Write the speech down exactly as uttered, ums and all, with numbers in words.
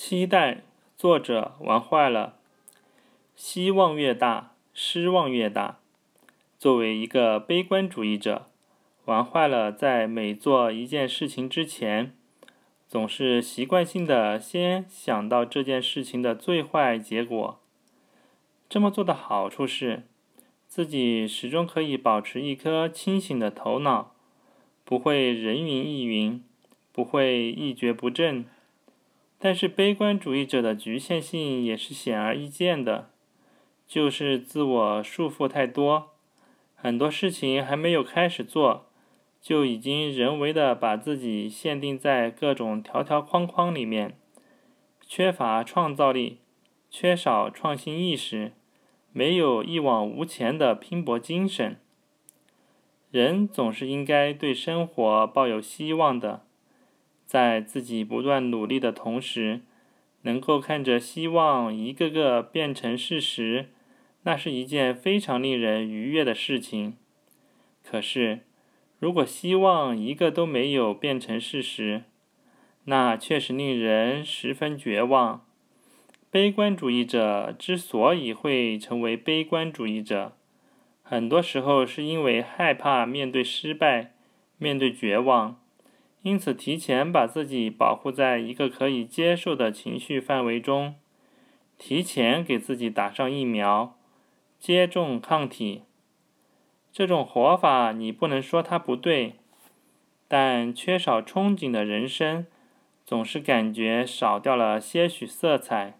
期待，作者玩坏了。希望越大，失望越大。作为一个悲观主义者，玩坏了在每做一件事情之前，总是习惯性的先想到这件事情的最坏结果。这么做的好处是，自己始终可以保持一颗清醒的头脑，不会人云亦云，不会一蹶不振。但是悲观主义者的局限性也是显而易见的，就是自我束缚太多，很多事情还没有开始做，就已经人为的把自己限定在各种条条框框里面，缺乏创造力，缺少创新意识，没有一往无前的拼搏精神。人总是应该对生活抱有希望的，在自己不断努力的同时，能够看着希望一个个变成事实，那是一件非常令人愉悦的事情。可是，如果希望一个都没有变成事实，那确实令人十分绝望。悲观主义者之所以会成为悲观主义者，很多时候是因为害怕面对失败，面对绝望，因此提前把自己保护在一个可以接受的情绪范围中，提前给自己打上疫苗，接种抗体。这种活法你不能说它不对，但缺少憧憬的人生，总是感觉少掉了些许色彩。